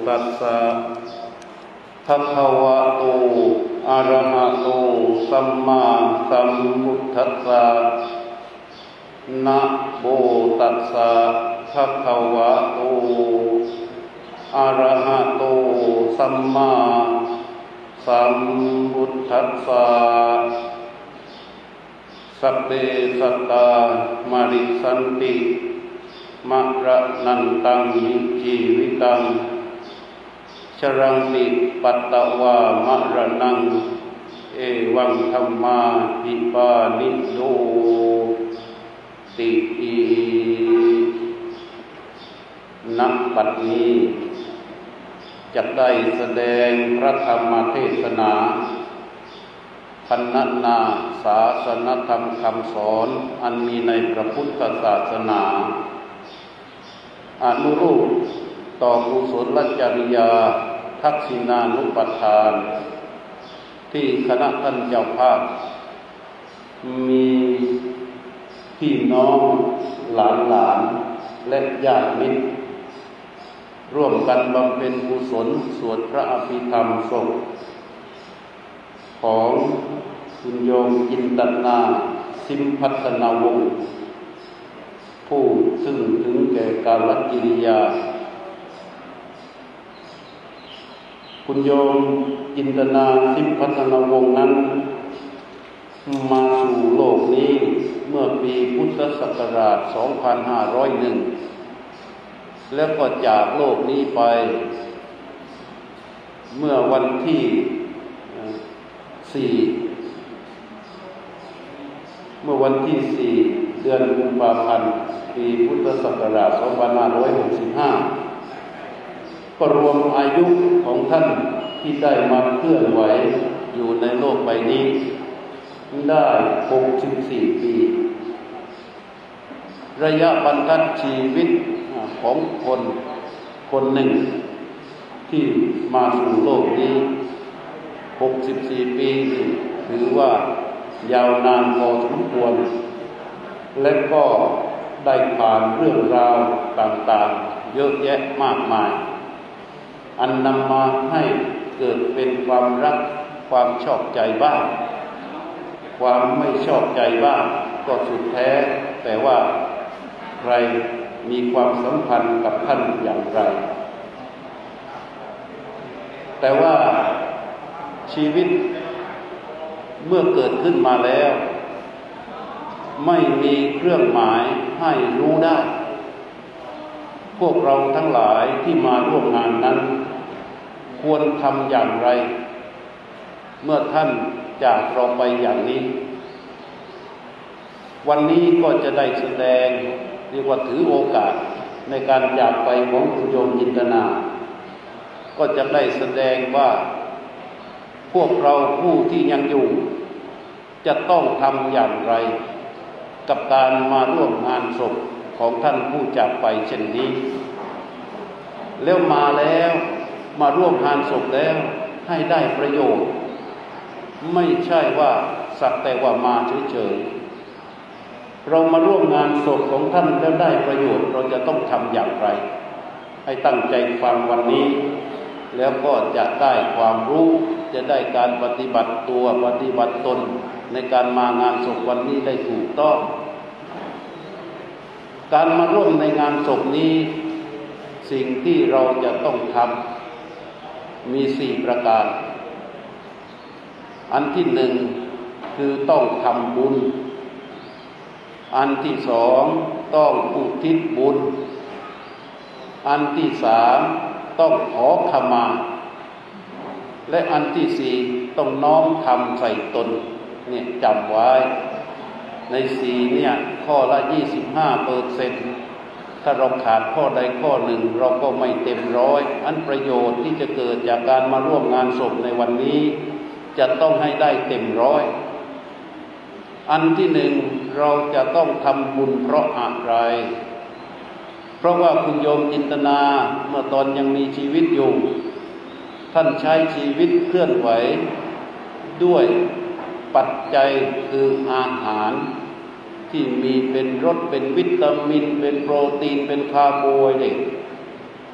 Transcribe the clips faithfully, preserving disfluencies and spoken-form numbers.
ตัสสะภะคะวะโตอะระหะโตสัมมาสัมพุทธัสสะนะโมตัสสะภะคะวะโตอะระหะโตสัมมาสัมพุทธัสสะสัพเพสัตตามะริสันติมะระนันตังมิชีวิตังชรังติปัตตวามะระนังเอวังธัมมาหิปานิโยติอิณ บัดนี้จะได้แสดงพระธรรมเทศนาพรรณนาศาสนธรรมคำสอนอันมีในพระพุทธศาสนาอนุรูปต่อกุศลจริยาทักษิณานุปทานที่คณะท่านเจ้าภาพมีพี่น้องหลานหลานและญาติมิตรร่วมกันบำเพ็ญกุศลสวดพระอภิธรรมศพของคุณโยมจินตนาสิมพัฒนาวงศ์ผู้ซึ่งถึงแก่กาลกิริยาคุณโยมจินตนาสิมพัฒนาวงศ์นั้นมาสู่โลกนี้เมื่อปีพุทธศักราชสองพันห้าร้อยเอ็ดแล้วก็จากโลกนี้ไปเมื่อวันที่สี่เมื่อวันที่สี่เดือนกุมภาพันธ์ปีพุทธศักราชสองพันห้าร้อยหกสิบห้าก็รวมอายุของท่านที่ได้มาเคลื่อนไหวอยู่ในโลกใบนี้ได้หกสิบสี่ปีระยะบรรทัดชีวิตของคนคนหนึ่งที่มาสู่โลกนี้หกสิบสี่ปีถือว่ายาวนานพอสมควรและก็ได้ผ่านเรื่องราวต่างๆเยอะแยะมากมายอันนำมาให้เกิดเป็นความรักความชอบใจบ้างความไม่ชอบใจบ้างก็สุดแท้แต่ว่าใครมีความสัมพันธ์กับท่านอย่างไรแต่ว่าชีวิตเมื่อเกิดขึ้นมาแล้วไม่มีเครื่องหมายให้รู้ได้พวกเราทั้งหลายที่มาร่วมงานนั้นควรทำอย่างไรเมื่อท่านจากเราไปอย่างนี้วันนี้ก็จะได้แสดงเรียกว่าถือโอกาสในการจากไปของคุณโยมจินตนาก็จะได้แสดงว่าพวกเราผู้ที่ยังอยู่จะต้องทำอย่างไรกับการมาร่วมงานศพของท่านผู้จากไปเช่นนี้แล้วมาแล้วมาร่วมงานศพแล้วให้ได้ประโยชน์ไม่ใช่ว่าสักแต่ว่ามาเฉยๆเรามาร่วมงานศพของท่านแล้วได้ประโยชน์เราจะต้องทำอย่างไรให้ตั้งใจฟังวันนี้แล้วก็จะได้ความรู้จะได้การปฏิบัติตัวปฏิบัติตนในการมางานศพวันนี้ได้ถูกต้องการมาร่วมในงานศพนี้สิ่งที่เราจะต้องทำมีสี่ประการอันที่หนึ่งคือต้องทำบุญอันที่สองต้องอุทิศบุญอันที่สามต้องขอขมาและอันที่สี่ต้องน้อมทำใส่ตนเนี่ยจำไว้ในสี่เนี่ยข้อละยี่สิบห้าเปอร์เซ็นต์ถ้าเราขาดข้อใดข้อหนึ่งเราก็ไม่เต็มร้อยอันประโยชน์ที่จะเกิดจากการมาร่วมงานศพในวันนี้จะต้องให้ได้เต็มร้อยอันที่หนึ่งเราจะต้องทำบุญเพราะอะไรเพราะว่าคุณโยมจินตนาเมื่อตอนยังมีชีวิตอยู่ท่านใช้ชีวิตเคลื่อนไหวด้วยปัจจัยคืออาหารที่มีเป็นรสเป็นวิตามินเป็นโปรตีนเป็นคาร์โบไฮเดรต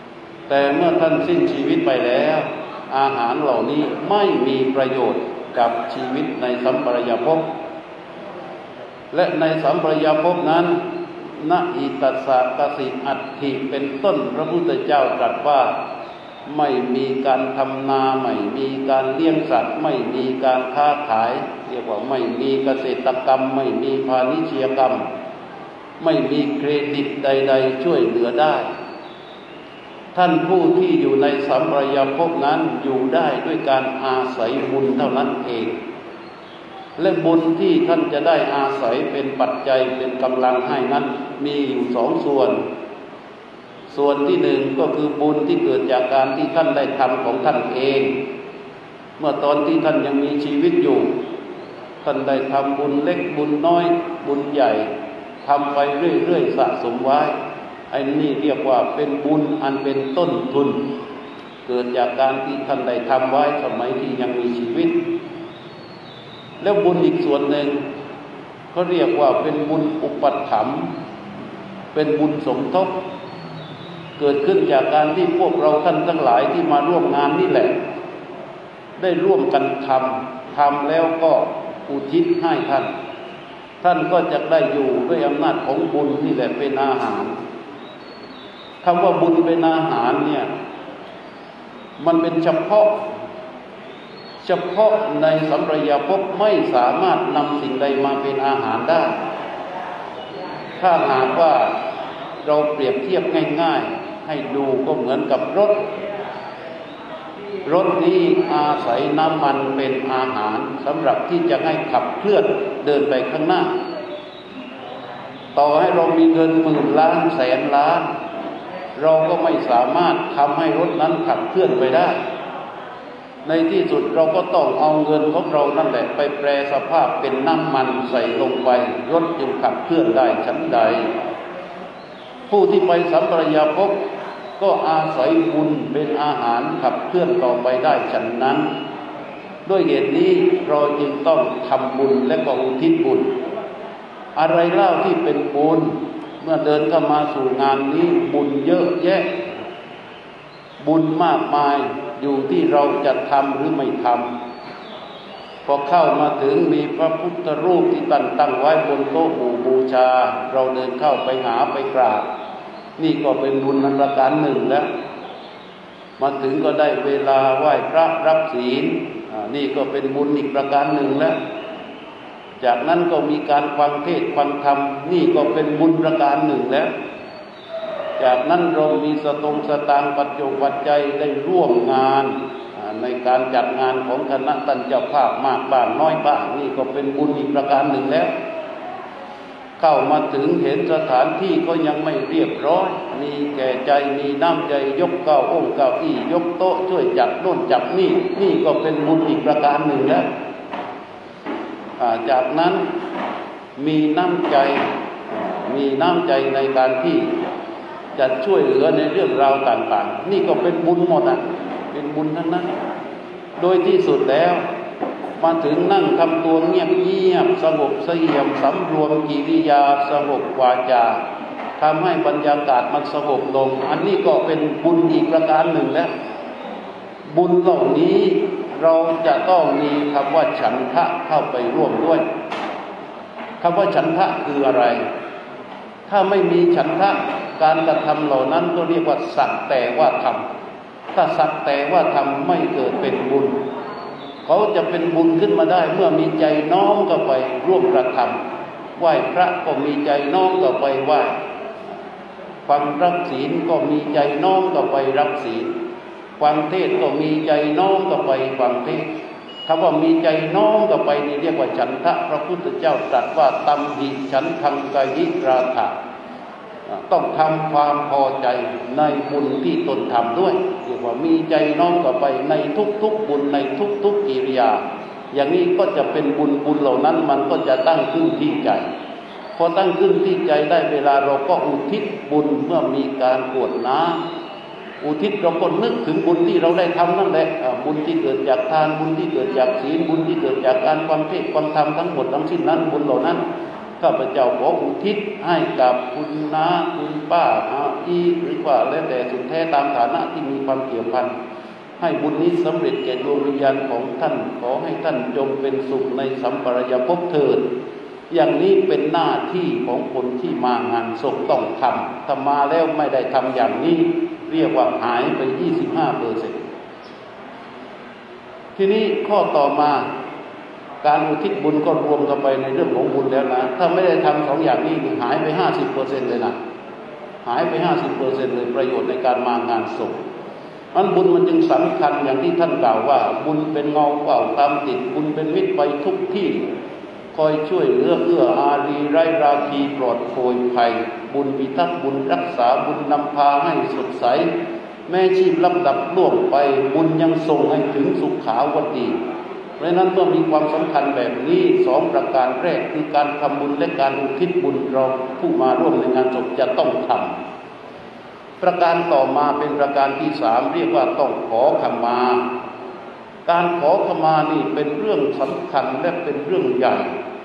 แต่เมื่อท่านสิ้นชีวิตไปแล้วอาหารเหล่านี้ไม่มีประโยชน์กับชีวิตในสัมปรายภพและในสัมปรายภพนั้นนะอิตัสสะกสิอัตถิเป็นต้นพระพุทธเจ้าตรัสว่าไม่มีการทำนาไม่มีการเลี้ยงสัตว์ไม่มีการค้าขายเรียกว่าไม่มีเกษตรกรรมไม่มีพาณิชยกรรมไม่มีเครดิตใดๆช่วยเหลือได้ท่านผู้ที่อยู่ในสัมปรายภพนั้นอยู่ได้ด้วยการอาศัยบุญเท่านั้นเองและบุญที่ท่านจะได้อาศัยเป็นปัจจัยเป็นกำลังให้นั้นมีอยู่สองส่วนส่วนที่หนึ่งก็คือบุญที่เกิดจากการที่ท่านได้ทำของท่านเองเมื่อตอนที่ท่านยังมีชีวิตอยู่ท่านได้ทำบุญเล็กบุญน้อยบุญใหญ่ทำไปเรื่อยๆสะสมไว้ไอ้นี่เรียกว่าเป็นบุญอันเป็นต้นทุนเกิดจากการที่ท่านได้ทำไว้สมัยที่ยังมีชีวิตแล้วบุญอีกส่วนหนึ่งเขาเรียกว่าเป็นบุญอุปถัมภ์เป็นบุญสมทบเกิดขึ้นจากการที่พวกเราท่านทั้งหลายที่มาร่วมงานนี่แหละได้ร่วมกันทำทำแล้วก็อุทิศให้ท่านท่านก็จะได้อยู่ด้วยอำนาจของบุญนี่แหละเป็นอาหารคำว่าบุญเป็นอาหารเนี่ยมันเป็นเฉพาะเฉพาะในสัมปรายภพไม่สามารถนำสิ่งใดมาเป็นอาหารได้ถ้าหากว่าเราเปรียบเทียบง่ายๆให้ดูก็เหมือนกับรถรถนี้อาศัยน้ำมันเป็นอาหารสำหรับที่จะให้ขับเคลื่อนเดินไปข้างหน้าต่อให้เรามีเงินหมื่นล้านแสนล้านเราก็ไม่สามารถทำให้รถนั้นขับเคลื่อนไปได้ในที่สุดเราก็ต้องเอาเงินของเรานั่นแหละไปแปรสภาพเป็นน้ำมันใส่ลงไปรถจึงขับเคลื่อนได้ฉันใดผู้ที่ไปสัมปรายภพก็อาศัยบุญเป็นอาหารขับเคลื่อนต่อไปได้ฉันนั้นด้วยเหตุนี้เราจึงต้องทำบุญและก็อุทิศบุญอะไรเล่าที่เป็นบุญเมื่อเดินเข้ามาสู่งานนี้บุญเยอะแยะบุญมากมายอยู่ที่เราจะทำหรือไม่ทำพอเข้ามาถึงมีพระพุทธรูปที่ตั้งตั้งไว้บนโต๊ะหมู่บูชาเราเดินเข้าไปหาไปกราบนี่ก็เป็นบุญนันประการหนึ่งแล้วมาถึงก็ได้เวลาไหว้พระรับศีลนี่ก็เป็นบุญอีกประการหนึ่งแล้วจากนั้นก็มีการฟังเทศน์ฟังธรรมนี่ก็เป็นบุญประการหนึ่งแล้วจากนั้นเรามีสตงสตางค์ปัจจุปัจจัยได้ร่วมงานในการจัดงานของคณะท่านเจ้าภาพมากบ้างน้อยบ้างนี่ก็เป็นบุญอีกประการหนึ่งแล้วเข้ามาถึงเห็นสถานที่ก็ยังไม่เรียบร้อยมีแก่ใจมีน้ำใจยกเก้าองค์เก้าอี้ยกโต๊ะช่วยจัดโน่นจับนี่นี่ก็เป็นบุญอีกประการหนึ่งแล้วจากนั้นมีน้ำใจมีน้ำใจในการที่จะช่วยเหลือในเรื่องราวต่างๆนี่ก็เป็นบุญหมดอ่ะเป็นบุญทั้งนั้นโดยที่สุดแล้วมาถึงนั่งทำตัวเงียบๆสงบเสงี่ยมสำรวมกิริยาสงบวาจาทำให้บรรยากาศมันสงบลงอันนี้ก็เป็นบุญอีกประการหนึ่งแล้วบุญเหล่านี้เราจะต้องมีคำว่าฉันทะเข้าไปร่วมด้วยคำว่าฉันทะคืออะไรถ้าไม่มีฉันทะการกระทำเหล่านั้นก็เรียกว่าสักแต่ว่าทำถ้าสักแต่ว่าทำไม่เกิดเป็นบุญเขาจะเป็นบุญขึ้นมาได้เมื่อมีใจน้อมเข้าไปร่วมกระทำไหว้พระก็มีใจน้อมเข้าไปไหว้ฟังรับศีลก็มีใจน้อมเข้าไปรับศีลฟังเทศก็มีใจน้อมเข้าไปฟังเทศคำว่ามีใจน้อมเข้าไปนี่เรียกว่าฉันทะพระพุทธเจ้าตรัสว่าตัมหิฉันทังกายิราถะต้องทำความพอใจในบุญที่ตนทำด้วยเรียกว่ามีใจน้อมเข้าไปในทุกๆบุญในทุกๆกิริยาอย่างนี้ก็จะเป็นบุญบุญเหล่านั้นมันก็จะตั้งขึ้นที่ใจพอตั้งขึ้นที่ใจได้เวลาเราก็อุทิศบุญเมื่อมีการกรวดน้ำอุทิศเราก็นึกถึงบุญที่เราได้ทำนั่นแหละบุญที่เกิดจากทานบุญที่เกิดจากศีลบุญที่เกิดจากการฟังเทศน์ฟังธรรมทั้งหมดทั้งสิ้นนั้นบุญเหล่านั้นข้าพเจ้าขออุทิศให้กับคุณน้าคุณป้าอีหรือว่าแล้วแต่สุดแท้ตามฐานะที่มีความเกี่ยวพันให้บุญนี้สำเร็จแก่ดวงวิญญาณของท่านขอให้ท่านจงเป็นสุขในสัมปรายภพเถิดอย่างนี้เป็นหน้าที่ของคนที่มางานศพต้องทำถ้ามาแล้วไม่ได้ทำอย่างนี้เรียกว่าหายไป ยี่สิบห้าเปอร์เซ็นต์ ทีนี้ข้อต่อมาการอุทิศบุญก็รวมกันไปในเรื่องของบุญแล้วนะถ้าไม่ได้ทำสองอย่างนี้หายไป ห้าสิบเปอร์เซ็นต์ เลยนะหายไป ห้าสิบเปอร์เซ็นต์ เลยประโยชน์ในการมางานศพมันบุญมันจึงสำคัญอย่างที่ท่านกล่าวว่าบุญเป็นเงาเฝ้าตามติดบุญเป็นมิตรไปทุกที่คอยช่วยเหลือเอื้ออารีไร้ราคีปลอดโปร่งภัยบุญพิทักษ์บุญรักษาบุญนำพาให้สดใสแม้ชีพลำดับล่วงไปบุญยังส่งให้ถึงสุขาวดีเพราะนั้นเมื่อมีความสำคัญแบบนี้สองประการแรกคือการทำบุญและการอุทิศบุญเราผู้มาร่วมในงานศพจะต้องทำประการต่อมาเป็นประการที่สามเรียกว่าต้องขอขมาการขอขมานี่เป็นเรื่องสำคัญและเป็นเรื่องใหญ่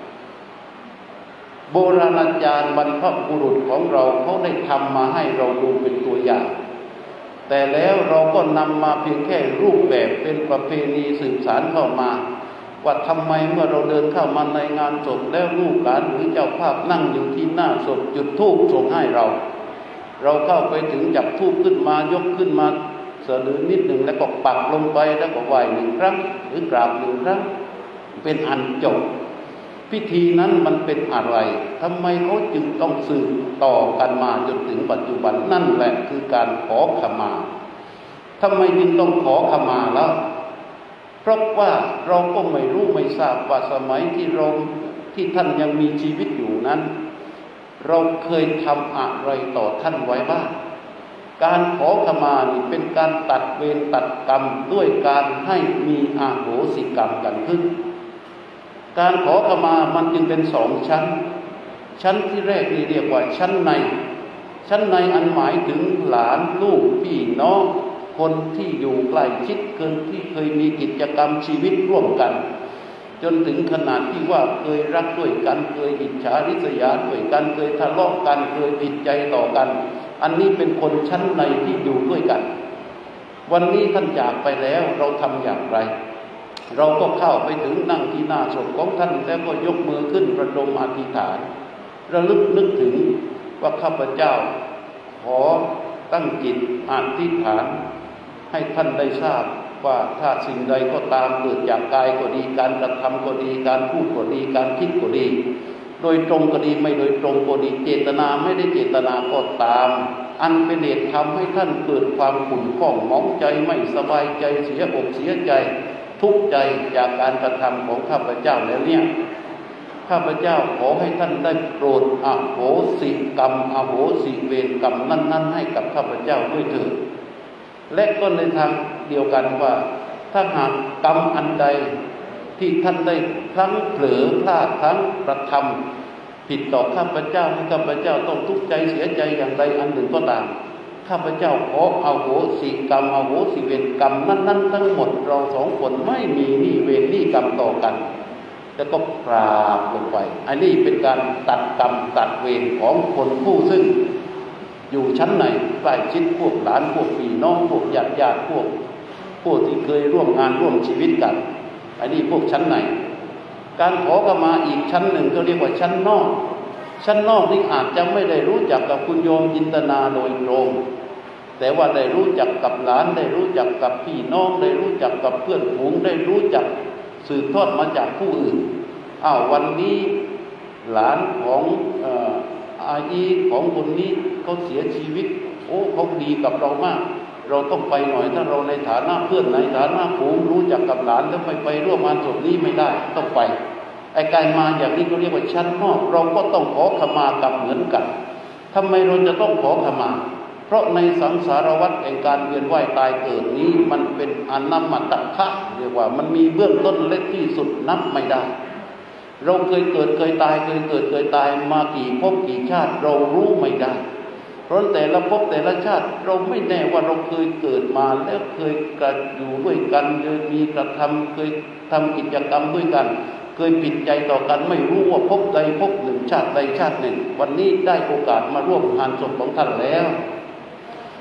โบราณอาจารย์บรรพบุรุษของเราเขาได้ทำมาให้เราดูเป็นตัวอย่างแต่แล้วเราก็นำมาเพียงแค่รูปแบบเป็นประเพณีสืบสานเข้ามาว่าทำไมเมื่อเราเดินเข้ามาในงานศพแล้วลูกหลานหรือเจ้าภาพนั่งอยู่ที่หน้าศพจุดธูปส่งให้เราเราเข้าไปถึงจับธูปขึ้นมายกขึ้นมาสะดือนิดหนึ่งแล้วก็ปักลงไปแล้วก็ไหว้หนึ่งครั้งหรือกราบหนึ่งครั้งเป็นอันจบพิธีนั้นมันเป็นอะไรทำไมเขาจึงต้องสืบต่อกันมาจนถึงปัจจุบันนั่นแหละคือการขอขมาทำไมจึงต้องขอขมาแล้วเพราะว่าเราก็ไม่รู้ไม่ทราบว่าสมัยที่เราที่ท่านยังมีชีวิตอยู่นั้นเราเคยทำอะไรต่อท่านไว้บ้างการขอขมานี่เป็นการตัดเวรตัดกรรมด้วยการให้มีอาโหสิกรรมกันขึ้นการขอขมามันจึงเป็นสองชั้นชั้นที่แรกนี่เรียกว่าชั้นในชั้นในอันหมายถึงหลานลูกพี่น้องคนที่อยู่ใกล้ชิดเกินที่เคยมีกิจกรรมชีวิตร่วมกันจนถึงขนาดที่ว่าเคยรักด้วยกันเคยอิจฉาริษยาด้วยกันเคยทะเลาะกันเคยผิดใจต่อกันอันนี้เป็นคนชั้นในที่อยู่ด้วยกันวันนี้ท่านจากไปแล้วเราทำอย่างไรเราก็เข้าไปถึงนั่งที่หน้าศพของท่านแล้วก็ยกมือขึ้นประดมอธิษฐานระลึกนึกถึงว่าข้าพเจ้าขอตั้งจิตอธิษฐานให้ท่านได้ทราบว่าถ้าสิ่งใดก็ตามเกิดจากกายก็ดีการกระทำก็ดีการพูดก็ดีการคิดก็ดีโดยตรงก็ดีไม่โดยตรงก็ดีเจตนาไม่ได้เจตนาก็ตามอันเป็นเหตุทำให้ท่านเกิดความขุ่นข้องหมองใจไม่สบายใจเสียอกเสียใจทุกข์ใจจากการกระทำของข้าพเจ้าแล้วเนี่ยข้าพเจ้าขอให้ท่านได้โปรดอโหสิกรรมอโหสิเวรกรรมนั้นๆให้กับข้าพเจ้าด้วยเถิดและก็ในทางเดียวกันว่าถ้าหากกรรมอันใดที่ท่านได้พลั้งเผลอพลาดทั้งกระทำผิดต่อข้าพเจ้าให้ข้าพเจ้าต้องทุกข์ใจเสียใจอย่างใดอันหนึ่งก็ตามข้าพเจ้าขออโหสิกรรมอโหสิเวรกรรมนั้นๆทั้งหมดเราสองคนไม่มีหนี้เวรหนี้กรรมต่อกันแล้วก็กราบลงไปอันนี้เป็นการตัดกรรมตัดเวรของคนผู้ซึ่งอยู่ชั้นไหนใกล้ชิดพวกหลานพวกพี่น้องพวกญาติญาติพวกพวกที่เคยร่วมงานร่วมชีวิตกันอันนี้พวกชั้นไหนการขอขมาอีกชั้นหนึ่งเขาเรียกว่าชั้นนอกชั้นนอกนี่อาจจะไม่ได้รู้จักกับคุณโยมจินตนาโดยตรงแต่ว่าได้รู้จักกับหลานได้รู้จักกับพี่น้องได้รู้จักกับเพื่อนฝูงได้รู้จักสืบทอดมาจากผู้อื่นอ้าววันนี้หลานของเอ่ออายีของคนนี้เขาเสียชีวิตโอ้เขาดีกับเรามากเราต้องไปหน่อยถ้าเราในฐานะเพื่อนในฐานะฝูงรู้จักกับหลานแล้วไม่ไปร่วมงานศพนี้ไม่ได้ต้องไปไอ้การมาอย่างนี้เขาเรียกว่าชั้นนอกเราก็ต้องขอขมากับเหมือนกันทำไมเราจะต้องขอขมาเพราะในสังสารวัฏแห่งการเวียนว่ายตายเกิดนี้มันเป็นอนัมมตถะเรียกว่ามันมีเบื้องต้นและที่สุดนับไม่ได้เราเคยเกิดเคยตายเคยเกิดเคยตายมากี่ภพกี่ชาติเรารู้ไม่ได้เพราะแต่ละภพแต่ละชาติเราไม่แน่ว่าเราเคยเกิดมาแล้วเคยกันอยู่ด้วยกันเคยมีกระทำเคยทำกิจกรรมด้วยกันเคยผิดใจต่อกันไม่รู้ว่าภพใดภพหนึ่งชาติใดชาติหนึ่งวันนี้ได้โอกาสมาร่วมงานศพของท่านแล้ว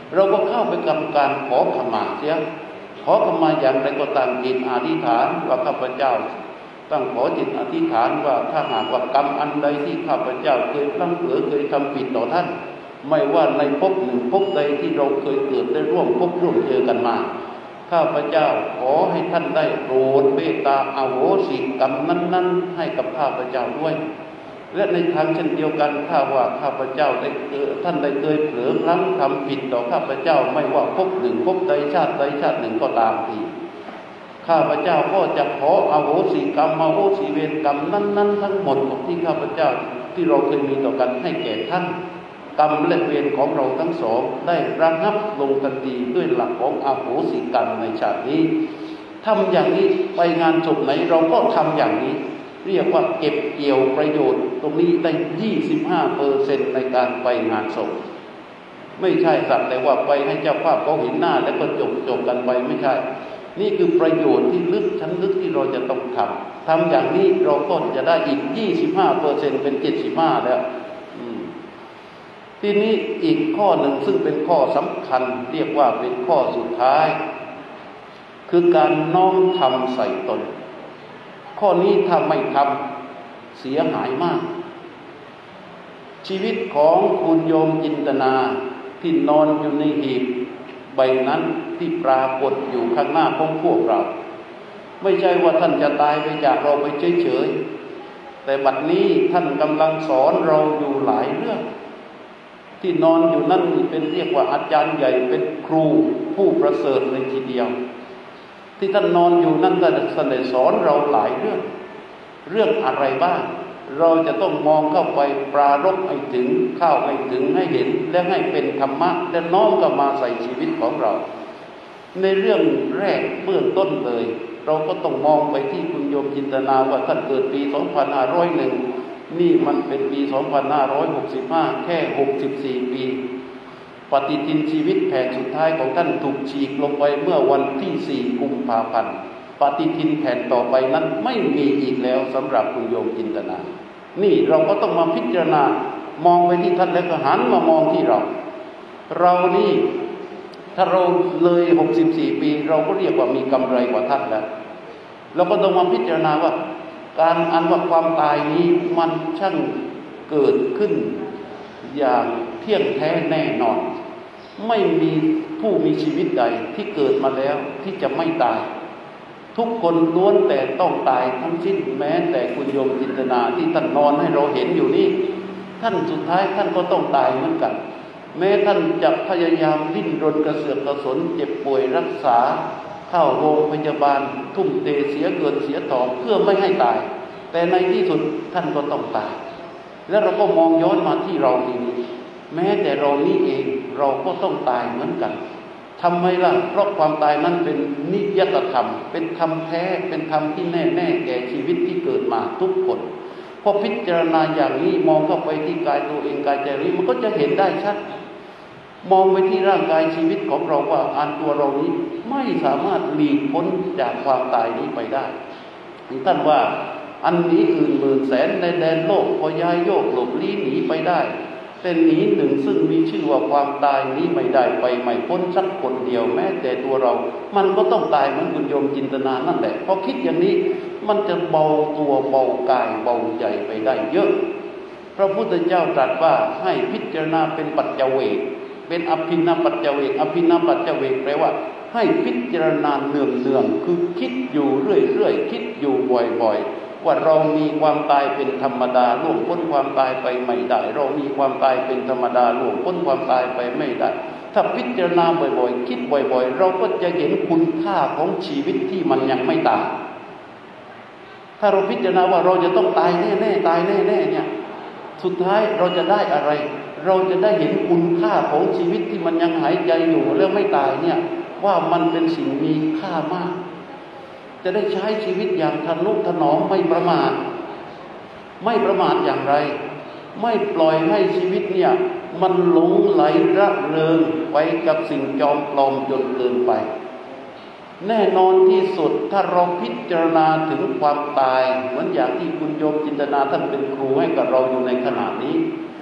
เราก็เข้าไปกับการขอขมาเสียขอขมาอย่างไรก็ตามจิตอธิษฐานว่าข้าพเจ้าตั้งขอจิตอธิษฐานว่าถ้าหากว่ากรรมอันใดที่ข้าพเจ้าเคยพลั้งเผลอเคยทำผิดต่อท่านไม่ว่าในภพหนึ่งภพใดที่เราเคยเกิดได้ร่วมพบร่วมเจอกันมาข้าพเจ้าขอให้ท่านได้โปรดเมตตาอโหสิกรรมนั้นๆให้กับข้าพเจ้าด้วยและในทางเช่นเดียวกันถ้าว่าข้าพเจ้าได้เกิดท่านได้เคยเผลอพลั้งทำผิดต่อข้าพเจ้าไม่ว่าภพหนึ่งภพใดชาติใดชาติหนึ่งก็ตามทีข้าพเจ้าก็จะขออโหสิกรรมอโหสิเวรกรรมนั้นๆทั้งหมดของที่ข้าพเจ้าที่เราเคยมีต่อกันให้แก่ท่านกรรมและเวรของเราทั้งสองได้ระงับลงทันทีด้วยหลักของอโหสิกรรมในชาตินี้ทำอย่างนี้ไปงานศพไหนเราก็ทำอย่างนี้เรียกว่าเก็บเกี่ยวประโยชน์ตรงนี้ได้ ยี่สิบห้าเปอร์เซ็นต์ ในการไปงานศพไม่ใช่สักแต่ว่าไปให้เจ้าภาพเขาเห็นหน้าแล้วก็จบจบกันไปไม่ใช่นี่คือประโยชน์ที่ลึกชั้นลึกที่เราจะต้องทำทำอย่างนี้เราก็จะได้อีก ยี่สิบห้าเปอร์เซ็นต์ เป็น เจ็ดสิบห้าแล้วทีนี้อีกข้อหนึ่งซึ่งเป็นข้อสำคัญเรียกว่าเป็นข้อสุดท้ายคือการน้อมทำใส่ตนข้อนี้ถ้าไม่ทำเสียหายมากชีวิตของคุณโยมจินตนาที่นอนอยู่ในหีบใบนั้นที่ปรากฏอยู่ข้างหน้าของพวกเราไม่ใช่ว่าท่านจะตายไปจากเราไปเฉยๆแต่บัดนี้ท่านกำลังสอนเราอยู่หลายเรื่องที่นอนอยู่นั่นเป็นเรียกว่าอาจารย์ใหญ่เป็นครูผู้ประเสริฐเลยทีเดียวที่ท่านนอนอยู่นั่นท่านได้สอนเราหลายเรื่องเรื่องอะไรบ้างเราจะต้องมองเข้าไปปรารภให้ถึงเข้าให้ถึงให้เห็นและให้เป็นธรรมะและน้อมเข้ามาใส่ชีวิตของเราในเรื่องแรกเบื้องต้นเลยเราก็ต้องมองไปที่คุณโยมจินตนาว่าท่านเกิดปีสองพันห้าร้อยเอ็ดนี่มันเป็นปีสองพันห้าร้อยหกสิบห้าแค่หกสิบสี่ปีปฏิทินชีวิตแผ่นสุดท้ายของท่านถูกฉีกลงไปเมื่อวันที่สี่กุมภาพันธ์ปฏิทินแผ่นต่อไปนั้นไม่มีอีกแล้วสำหรับคุณโยมจินตนานี่เราก็ต้องมาพิจารณามองไปที่ท่านแล้วก็หันมามองที่เราเรานี่ถ้าเราเลยหกสิบสี่ปีเราก็เรียกว่ามีกำไรกว่าท่านแล้วเราก็ต้องมาพิจารณาว่าการอันว่าความตายนี้มันช่างเกิดขึ้นอย่างเที่ยงแท้แน่นอนไม่มีผู้มีชีวิตใดที่เกิดมาแล้วที่จะไม่ตายทุกคนล้วนแต่ต้องตายทั้งสิ้นแม้แต่คุณโยมจินตนาที่ท่านนอนให้เราเห็นอยู่นี่ท่านสุดท้ายท่านก็ต้องตายเหมือนกันแม้ท่านจะพยายามดิ้นรนกระเสือกกระสนเจ็บป่วยรักษาเข้าโรงพยาบาลทุ่มเทเสียเงินเสียทองเพื่อไม่ให้ตายแต่ในที่สุดท่านก็ต้องตายแล้วเราก็มองย้อนมาที่เราทีนี้แม้แต่เรานี่เองเราก็ต้องตายเหมือนกันทำไมล่ะเพราะความตายนั้นเป็นนิยตธรรมเป็นธรรมแท้เป็นธรรมที่แน่แน่แก่ชีวิตที่เกิดมาทุกคนพอพิจารณาอย่างนี้มองเข้าไปที่กายตัวเองกายใจนี้มันก็จะเห็นได้ชัดมองไปที่ร่างกายชีวิตของเราว่าอันตัวเรานี้ไม่สามารถหลีกพ้นจากความตายนี้ไปได้ท่านว่าอันนี้อื่นหมื่นแสนในแดนโลกพอย้ายโยกหลบลี้หนีไปได้แต่หนีหนึ่งซึ่งมีชื่อว่าความตายนี้ไม่ได้ไปไม่พ้นสักคนเดียวแม้แต่ตัวเรามันก็ต้องตายเหมือนคุณโยมจินตนานั่นแหละพอคิดอย่างนี้มันจะเบาตัวเบากายเบาใจไปได้เยอะพระพุทธเจ้าตรัสว่าให้พิจารณาเป็นปัจจเวกเป็นอภินปัจจเวกอภินปัจจเวกแปลว่าให้พิจารณาเนืองๆคือคิดอยู่เรื่อยๆคิดอยู่บ่อยๆว่าเรามีความตายเป็นธรรมดาล่วงพ้นความตายไปไม่ได้เรามีความตายเป็นธรรมดาล่วงพ้นความตายไปไม่ได้ถ้าพิจารณาบ่อยๆคิดบ่อยๆเราก็จะเห็นคุณค่าของชีวิตที่มันยังไม่ตายถ้าเราพิจารณาว่าเราจะต้องตายแน่ๆตายแน่ๆเนี่ยสุดท้ายเราจะได้อะไรเราจะได้เห็นคุณค่าของชีวิตที่มันยังหายใจอยู่แล้วไม่ตายเนี่ยว่ามันเป็นสิ่งมีค่ามากจะได้ใช้ชีวิตอย่างทนุถนอมไม่ประมาทไม่ประมาทอย่างไรไม่ปล่อยให้ชีวิตเนี่ยมันหลงไหลระเริงไปกับสิ่งจอมปลอมจนเกินไปแน่นอนที่สุดถ้าเราพิจารณาถึงความตายเหมือนอย่างที่คุณโยมจินตนาท่านเป็นครูให้กับเราอยู่ในขณะนี้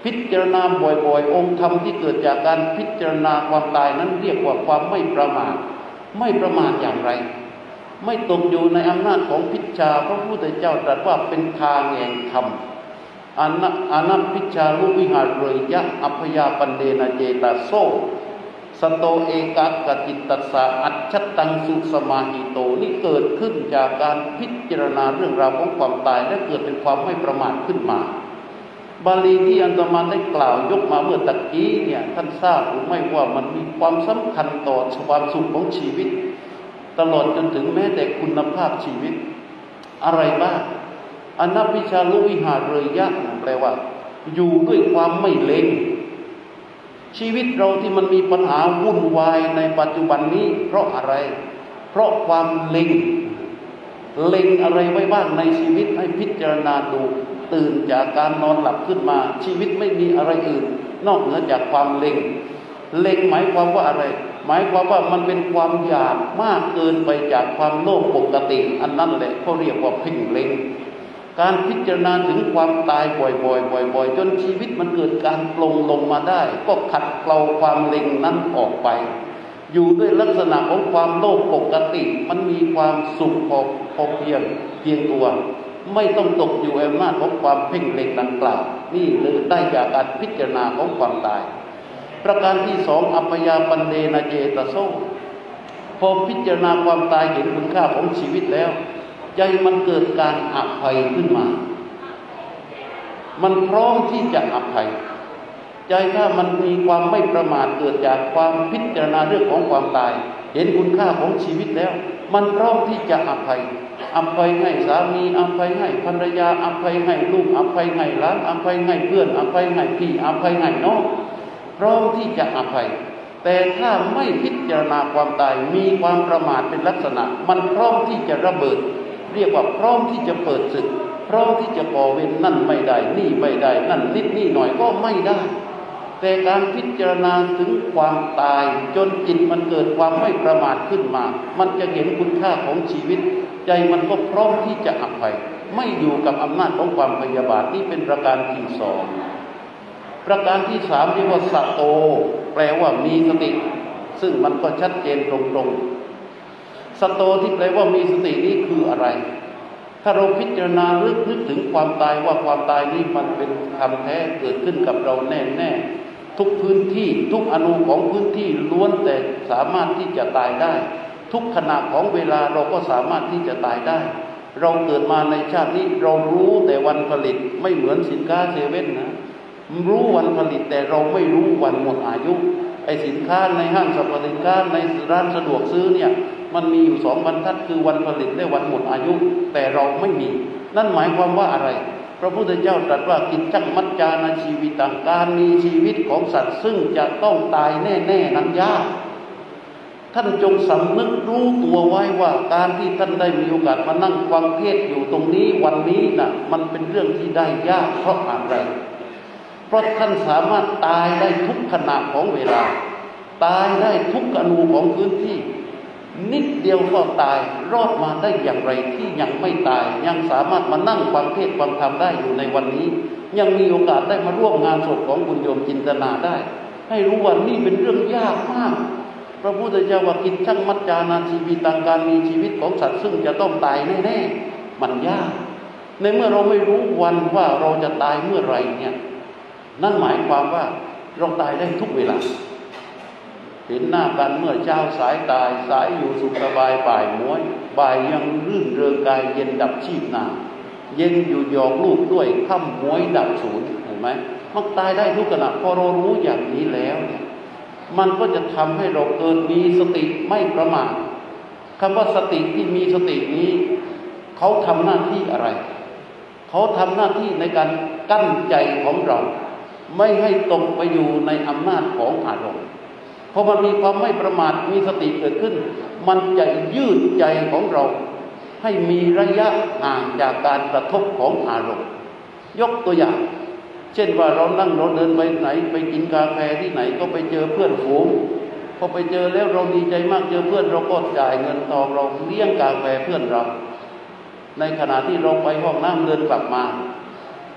พิจารณาบ่อยๆองค์ธรรมที่เกิดจากการพิจารณาความตายนั้นเรียกว่าความไม่ประมาทไม่ประมาทอย่างไรไม่ตกอยู่ในอำนาจของพิจฉาพระพุทธเจ้าตรัสว่าเป็นทางแห่งธรรมอนัอนัพพิจารุวิหารเรยะอัพยาปันเดนะเจตาโซสโตเอกกจิตตัสสะอัจฉตังสุสมาหิโตนี่เกิดขึ้นจากการพิจารณาเรื่องราวของความตายและเกิดเป็นความไม่ประมาทขึ้นมาบาลีที่อาตมาได้กล่าวยกมาเมื่อตะกี้เนี่ยท่านทราบหรือไม่ว่ามันมีความสำคัญต่อความสุขของชีวิตตลอดจนถึงแม้แต่คุณภาพชีวิตอะไรบ้างอนัพพิชาลุวิหารเรยะแปลว่าอยู่ด้วยความไม่เล็งชีวิตเราที่มันมีปัญหาวุ่นวายในปัจจุบันนี้เพราะอะไรเพราะความเล็งเล็งอะไรไว้บ้างในชีวิตให้พิจารณาดูตื่นจากการนอนหลับขึ้นมาชีวิตไม่มีอะไรอื่นนอกเหนือจากความเล็งเล็งหมายความว่าอะไรหมายความว่ามันเป็นความอยากมากเกินไปจากความโลภปกติอันนั้นแหละเขาเรียกว่าเพ่งเล็งการพิจารณาถึงความตายบ่อยๆบ่อยๆจนชีวิตมันเกิดการปลงลงมาได้ก็ขัดเกลาความเล็งนั้นออกไปอยู่ด้วยลักษณะของความโลภปกติมันมีความสุขพอพอเพียงเพียงตัวไม่ต้องตกอยู่ในอำนาจของความเพ่งเล็งดังกล่าวนี่เลยได้จากการพิจารณาของความตายประการที่สองอัปยาปันเดนะเจตโสพอพิจารณาความตายเห็นคุณค่าของชีวิตแล้วใจมันเกิดการอภัยขึ้นมามันพร้อมที่จะอภัยใจถ้ามันมีความไม่ประมาทเกิดจากความพิจารณาเรื่องของความตายเห็นคุณค่าของชีวิตแล้วมันพร้อมที่จะอภัยอภัยให้สามีอภัยให้ภรรยาอภัยให้ลูกอภัยให้หลานอภัยให้เพื่อนอภัยให้พี่อภัยให้น้องพร้อมที่จะอภัยแต่ถ้าไม่พิจารณาความตายมีความประมาทเป็นลักษณะมันพร้อมที่จะระเบิดเรียกว่าพร้อมที่จะเปิดศึกพร้อมที่จะก่อเวรนั่นไม่ได้นี่ไม่ได้นั่นนิดนี่หน่อยก็ไม่ได้แต่การพิจารณาถึงความตายจนจิตมันเกิดความไม่ประมาทขึ้นมามันจะเห็นคุณค่าของชีวิตใจมันก็พร้อมที่จะอภัยไม่อยู่กับอำนาจของความพยาบาทนี่เป็นประการที่สองประการที่สามเรียกว่าสโตแปลว่ามีสติซึ่งมันก็ชัดเจนตรงๆสโตที่แปลว่ามีสตินี้คืออะไรถ้าเราพิจารณาลึกนึกถึงความตายว่าความตายนี้มันเป็นธรรมแท้เกิดขึ้นกับเราแน่ๆทุกพื้นที่ทุกอนูของพื้นที่ล้วนแต่สามารถที่จะตายได้ทุกขณะของเวลาเราก็สามารถที่จะตายได้เราเกิดมาในชาตินี้เรารู้แต่วันผลิตไม่เหมือนสินค้าเซเว่นนะรู้วันผลิตแต่เราไม่รู้วันหมดอายุไอ้สินค้าในห้างสรรพสินค้าในร้านสะดวกซื้อเนี่ยมันมีอยู่สองบรรทัดคือวันผลิตและวันหมดอายุแต่เราไม่มีนั่นหมายความว่าอะไรพระพุทธเจ้าตรัสว่ากิจจังมัจจานาชีวิตังการมีชีวิตของสัตว์ซึ่งจะต้องตายแน่ๆนั้นยากท่านจงสำนึกรู้ตัวไว้ว่าการที่ท่านได้มีโอกาสมานั่งฟังเทศน์อยู่ตรงนี้วันนี้น่ะมันเป็นเรื่องที่ได้ยากเพราะอะไรเพราะท่านสามารถตายได้ทุกขณะของเวลาตายได้ทุกอนูของพื้นที่นิดเดียวก็ตายรอดมาได้อย่างไรที่ยังไม่ตายยังสามารถมานั่งฟังเทศน์ฟังธรรมได้อยู่ในวันนี้ยังมีโอกาสได้มาร่วมงานศพของคุณโยมจินตนาได้ให้รู้ว่านี่เป็นเรื่องยากมากพระพุทธเจ้าว่ากิจจังมัจจานาชีวิตังการมีชีวิตของสัตว์ซึ่งจะต้องตายแน่ๆมันยากในเมื่อเราไม่รู้วันว่าเราจะตายเมื่อไรเนี่ยนั่นหมายความว่าเราตายได้ทุกเวลาเห็นหน้ากันเมื่อเช้าสายตายสายอยู่สุขสบายบ่ายม้วยบ่ายยังรื่นเริงกายเย็นดับชีพนาเย็นอยู่หยอกลูกด้วยค่ำม้วยดับศูนย์เห็นไหมมันตายได้ทุกขณะพอเรารู้อย่างนี้แล้วเนี่ยมันก็จะทำให้เราเกิดมีสติไม่ประมาทคำว่าสติที่มีสตินี้เขาทำหน้าที่อะไรเขาทำหน้าที่ในการกั้นใจของเราไม่ให้ตกไปอยู่ในอำนาจของอารมณ์พอมันมีความไม่ประมาทมีสติเกิดขึ้นมันจะยืดใจของเราให้มีระยะห่างจากการกระทบของอารมณ์ยกตัวอย่างเช่นว่าเรานั่งเราเดินไปไหนไปกินกาแฟที่ไหนก็ไปเจอเพื่อนฝูงพอไปเจอแล้วเราดีใจมากเจอเพื่อนเราก็จ่ายเงินทองเราเลี้ยงกาแฟเพื่อนเราในขณะที่เราไปห้องน้ำเดินกลับมา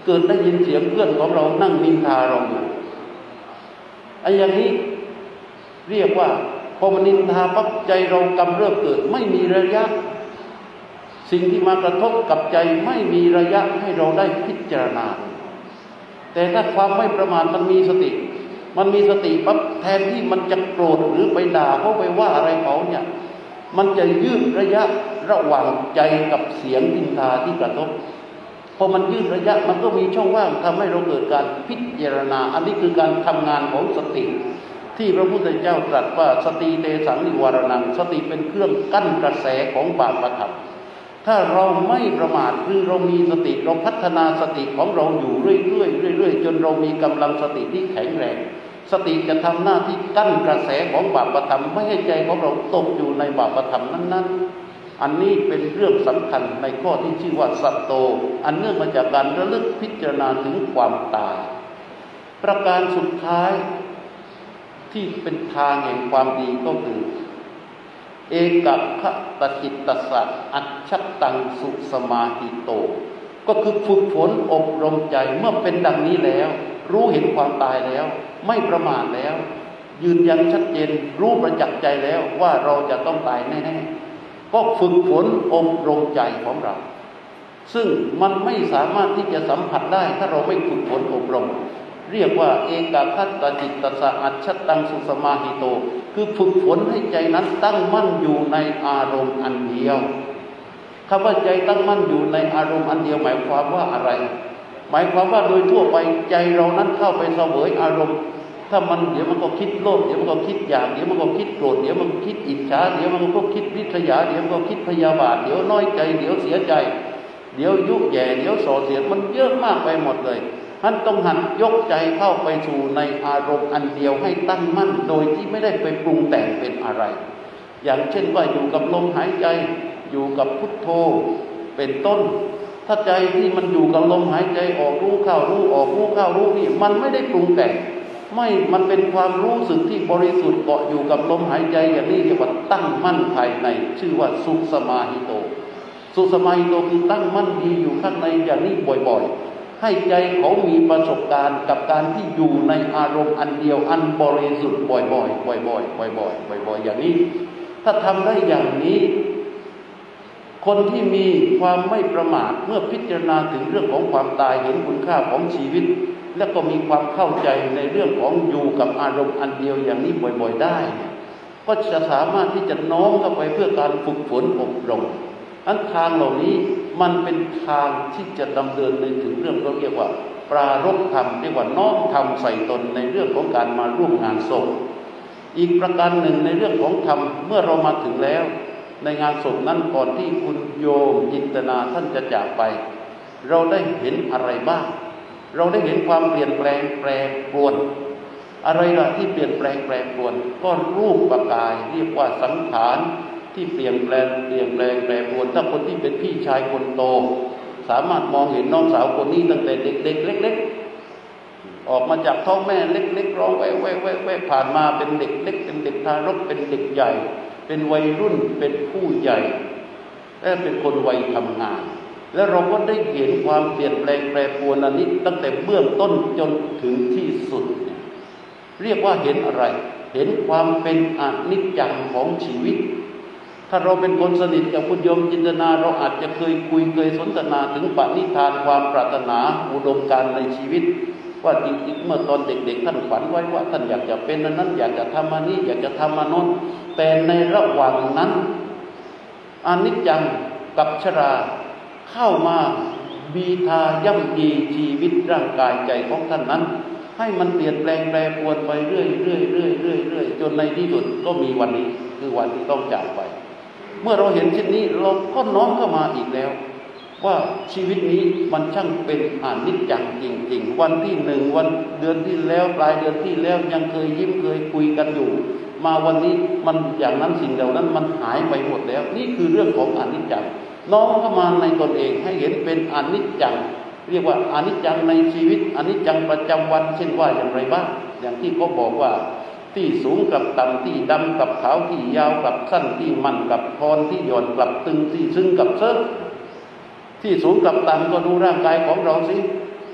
เกิดได้ยินเสียงเพื่อนของเรานั่งนินทาเราอยู่ไอ้อย่างนี้เรียกว่าพอมันนินทาปั๊บใจเรากำเริบเกิดไม่มีระยะสิ่งที่มากระทบกับใจไม่มีระยะให้เราได้พิจารณาแต่ถ้าความไม่ประมาทมันมีสติมันมีสติปั๊บแทนที่มันจะโกรธหรือไปด่าเขาไปว่าอะไรเขาเนี่ยมันจะยืดระยะระหว่างใจกับเสียงนินทาที่กระทบพอมันยืดระยะมันก็มีช่องว่างทำให้เราเกิดการพิจารณาอันนี้คือการทำงานของสติที่พระพุทธเจ้าตรัสว่าสติเตสังนิวรณังสติเป็นเครื่องกั้นกระแสของบาปธรรมถ้าเราไม่ประมาทคือเรามีสติเราพัฒนาสติของเราอยู่เรื่อยๆเรื่อยๆจนเรามีกำลังสติที่แข็งแรงสติจะทำหน้าที่กั้นกระแสของบาปธรรมไม่ให้ใจของเราตกอยู่ในบาปธรรมนั้นๆอันนี้เป็นเรื่องสำคัญในข้อที่ชื่อว่าสัตโตอันเนื่องมาจากการระลึกพิจารณาถึงความตายประการสุดท้ายที่เป็นทางแห่งความดีก็คือเอกคตจิตตสัตอัจฉตังสุสมาหิโตก็คือฝึกฝนอบรมใจเมื่อเป็นดังนี้แล้วรู้เห็นความตายแล้วไม่ประมาทแล้วยืนยันชัดเจนรู้ประจักษ์ใจแล้วว่าเราจะต้องตายแน่ๆก็ฝึกฝนอบรมใจของเราซึ่งมันไม่สามารถที่จะสัมผัสได้ถ้าเราไม่ฝึกฝนอบรมเรียกว่าเอกคตจิตตสัตอัจฉตังสุสมาหิโตคือฝึกฝนให้ใจนั้นตั้งมั่นอยู่ในอารมณ์อันเดียวคำว่าใจตั้งมั่นอยู่ในอารมณ์อันเดียวหมายความว่าอะไรหมายความว่าโดยทั่วไปใจเรานั้นเข้าไปเสวยอารมณ์ถ้ามันเดี๋ยวมันก็คิดโลภเดี๋ยวมันก็คิดอยากเดี๋ยวมันก็คิดโกรธเดี๋ยวมันก็คิดอิจฉาเดี๋ยวมันก็คิดริษยาเดี๋ยวมันก็คิดพยาบาทเดี๋ยวน้อยใจเดี๋ยวเสียใจเดี๋ยวยุแย่เดี๋ยวส่อเสียดมันเยอะมากไปหมดเลยท่านต้องหันยกใจเข้าไปสู่ในอารมณ์อันเดียวให้ตั้งมั่นโดยที่ไม่ได้ไปปรุงแต่งเป็นอะไรอย่างเช่นว่าอยู่กับลมหายใจอยู่กับพุทโธเป็นต้นถ้าใจที่มันอยู่กับลมหายใจออกรู้เข้ารู้ออกรู้เข้ารู้นี่มันไม่ได้ปรุงแต่งไม่มันเป็นความรู้สึกที่บริสุทธิ์เกาะอยู่กับลมหายใจอย่างนี้เรียกว่าตั้งมั่นภายในชื่อว่าสุสมาหิโตสุสมาหิโตคือตั้งมั่นดีอยู่ข้างในอย่างนี้บ่อยๆให้ใจเขามีประสบการณ์กับการที่อยู่ในอารมณ์อันเดียวอันบริสุทธิ์บ่อยๆบ่อยๆบ่อยๆบ่อยๆอย่างนี้ถ้าทำได้อย่างนี้คนที่มีความไม่ประมาทเมื่อพิจารณาถึงเรื่องของความตายเห็นคุณค่าของชีวิตและก็มีความเข้าใจในเรื่องของอยู่กับอารมณ์อันเดียวอย่างนี้บ่อยๆได้ก็จะสามารถที่จะน้อมเข้าไปเพื่อการฝึกฝนอบรมอันทางเหล่านี้มันเป็นทางที่จะดำเนินในถึงเรื่องเราเรียกว่าปรารภธรรมเรียกว่าน้อมธรรมใส่ตนในเรื่องของการมาร่วมงานศพอีกประการหนึ่งในเรื่องของธรรมเมื่อเรามาถึงแล้วในงานศพนั้นก่อนที่คุณโยมจินตนาท่านจะจากไปเราได้เห็นอะไรบ้างเราได้เห็นความเปลี่ยนแปลงแปรปรวนอะไรล่ะที่เปลี่ยนแปลงแปรปรวนก็รูปประกายเรียกว่าสังขารที่เปลี่ยนแปลงเปลี่ยนแปลงแปรปรวนถ้าคนที่เป็นพี่ชายคนโตสามารถมองเห็นน้องสาวคนนี้ตั้งแต่เด็กๆเล็กๆออกมาจากท้องแม่เล็กๆร้องแว่ๆแว่ๆผ่านมาเป็นเด็กเล็กเป็นเด็กทารกเป็นเด็กใหญ่เป็นวัยรุ่นเป็นผู้ใหญ่และเป็นคนวัยทำงานและเราก็ได้เห็นความเปลี่ยนแปลงแปรปรวนอันนี้ตั้งแต่เบื้องต้นจนถึงที่สุดเรียกว่าเห็นอะไรเห็นความเป็นอนิจจังของชีวิตถ้าเราเป็นคนสนิทกับคุณโยมจินตนาเราอาจจะเคยคุยเคยสนทนาถึงปณิธานความปรารถนาอุดมการณ์ในชีวิตว่าจริงๆเมื่อตอนเด็กๆท่านฝันไว้ว่าท่านอยากจะเป็นนั้นอยากจะทำอันนี้อยากจะทำอันโน้นแต่ในระหว่างนั้นอนิจจังกับชราเข้ามาบีทาย่ำยีชีวิตร่างกายใจของท่านนั้นให้มันเปลี่ยนแปลงแปรปรวนไปเรื่อยๆเรื่อยๆเรื่อยๆจนในที่สุดก็มีวันนี้คือวันที่ต้องจากไปเมื่อเราเห็นเช่นนี้เราก็น้อมเข้ามาอีกแล้วว่าชีวิตนี้มันช่างเป็นอนิจจังจริงๆวันที่หนึ่งวันเดือนที่แล้วปลายเดือนที่แล้วยังเคยยิ้มเคยคุยกันอยู่มาวันนี้มันอย่างนั้นสิ่งเหล่านั้นมันหายไปหมดแล้วนี่คือเรื่องของอนิจจังน้อมเข้ามาในตนเองให้เห็นเป็นอนิจจังเรียกว่าอนิจจังในชีวิตอนิจจังประจำวันเช่นว่าอย่างไรบ้างอย่างที่เขาบอกว่าที่สูงกับต่ำที่ดำกับขาวที่ยาวกับสั้นที่มันกับคอนที่หย่อนกับตึงที่ซึ้งกับเซิร์ฟที่สูงกับต่ำก็ดูร่างกายของเราสิ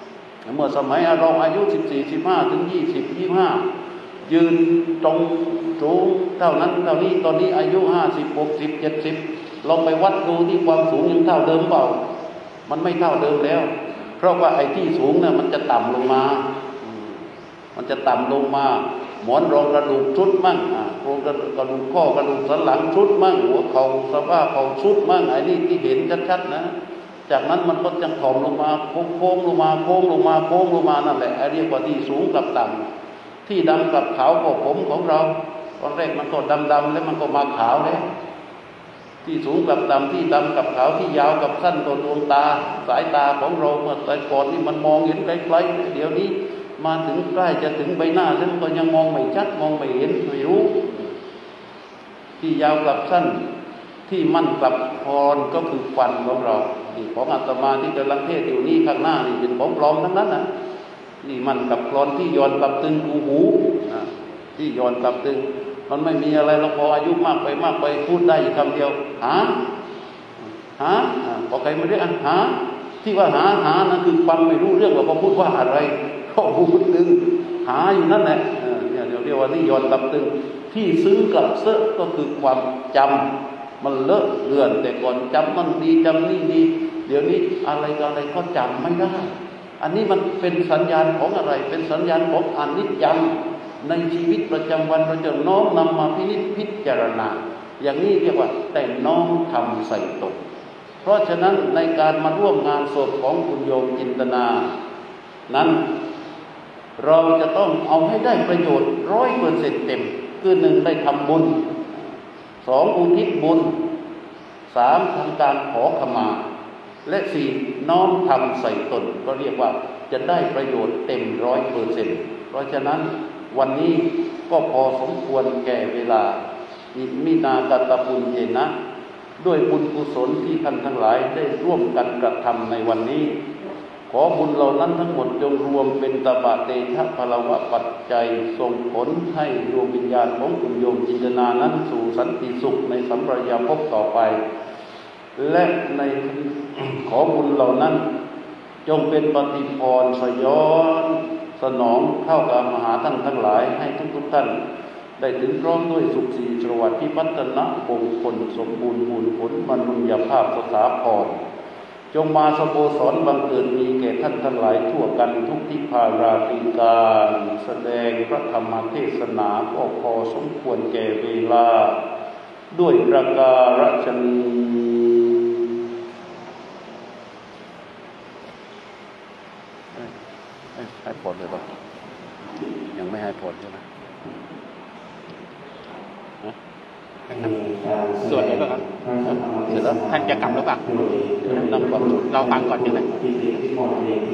เมื่อสมัยเราอายุสิบสี่สิบห้าถึงยี่สิบยี่ห้ายืนตรงสูงเท่านั้นเท่านี้ตอนนี้อายุห้าสิบหกสิบเจ็ดสิบลองไปวัดดูที่ความสูงยังเท่าเดิมเปล่ามันไม่เท่าเดิมแล้วเพราะว่าไอ้ที่สูงเนี่ยมันจะต่ำลงมามันจะต่ำลงมาหมอนรองกระดูกชุดมั่งโครงกระดูกข้อกระดูกสันหลังชุดมั่งหัวเข่าสะบ้าเข่าชุดมั่งไอ้นี่ที่เห็นชัดๆนะจากนั้นมันก็จะถ่อมลงมาโค้งลงมาโค้งลงมาโค้งลงมานั่นแหละไอ้เรียกว่าที่สูงกับต่ำที่ดำกับขาวก็ผมของเราตอนแรกมันก็ดำๆแล้วมันก็มาขาวแล้วที่สูงกับต่ำที่ดำกับขาวที่ยาวกับสั้นตัวดวงตาสายตาของเราเมื่อแต่ก่อนนี่มันมองเห็นไกลๆเดี๋ยวนี้มาถึงใกล้จะถึงใบหน้าแล้วมันก็ยังมองไม่ชัดมองไม่เห็นไม่รู้ที่ยาวกับสั้นที่มั่นกับคอนก็คือฟันของเรานี่ของอาตมาที่กำลังเทศอยู่นี่ข้างหน้านี่เป็นของปลอมทั้งนั้นนะนี่มันกับคอนที่ย้อนกับตึงกูหูนะที่ย้อนกับตึงมันไม่มีอะไรเราพออายุมากไปมากไปพูดได้คำเดียวหาหาพอใครมาเรียกหาที่ว่าหาหานั่นคือฟังไม่รู้เรื่องว่าเขาพูดว่าอะไรเขาพูดตึงหาอยู่นั่นแหละเนี่ยเรียกว่าที่ย้อนกับตึงที่ซื้อกับเซอะก็คือความจำมันเลอะเลือนแต่ก่อนจำมันดีจำนี่ดีเดี๋ยวนี้อะไรอะไรก็จำไม่ได้อันนี้มันเป็นสัญญาณของอะไรเป็นสัญญาณของอนิจจังในชีวิตประจำวันเราจะน้อมนำมาพินิจพิจารณาอย่างนี้เรียกว่าแต่น้อมทำใส่ตนเพราะฉะนั้นในการมาร่วมงานศพของคุณโยมจินตนานั้นเราจะต้องเอาให้ได้ประโยชน์ร้อยเปอร์เซ็นต์เต็มคือหนึ่งได้ทำบุญสองอุทิศบุญสามทำการขอขมาและสี่น้อมทำใส่ตนก็เรียกว่าจะได้ประโยชน์เต็มร้อยเปอร์เซ็นต์เพราะฉะนั้นวันนี้ก็พอสมควรแก่เวลาอิมินากัตตปุญเยนะด้วยบุญกุศลที่ท่านทั้งหลายได้ร่วมกันกระทำในวันนี้ขอบุญเหล่านั้นทั้งหมดจงรวมเป็นตบะเตชะพลวะปัจจัยส่งผลให้ดวงวิญญาณของคุณโยมจินตนานั้นสู่สันติสุขในสัมปรายภพต่อไปและในขอบุญเหล่านั้นจงเป็นปฏิพรสยอนสนองเข้ากับมหาท่านทั้งหลายให้ทุกๆท่านได้ถึงพร้อมด้วยสุขสีสวัสดิ์พิพัฒนะมงคลสมบูรณ์บุญผลมนุษยภาพสถาพรจงมาสโมสรบังเกิดมีแก่ท่านทั้งหลายทั่วกันทุกทิพาราตรีการแสดงพระธรรมเทศนาก็พอสมควรแก่เวลาด้วยประการฉนี้ให้ผลเลยป่ะยังไม่ให้ผลใช่ไหมส่วนนี้ป่ะครับเสร็จแล้วท่านจะกลับหรือเปล่านั่งก่อนเราฟังก่อนยังไง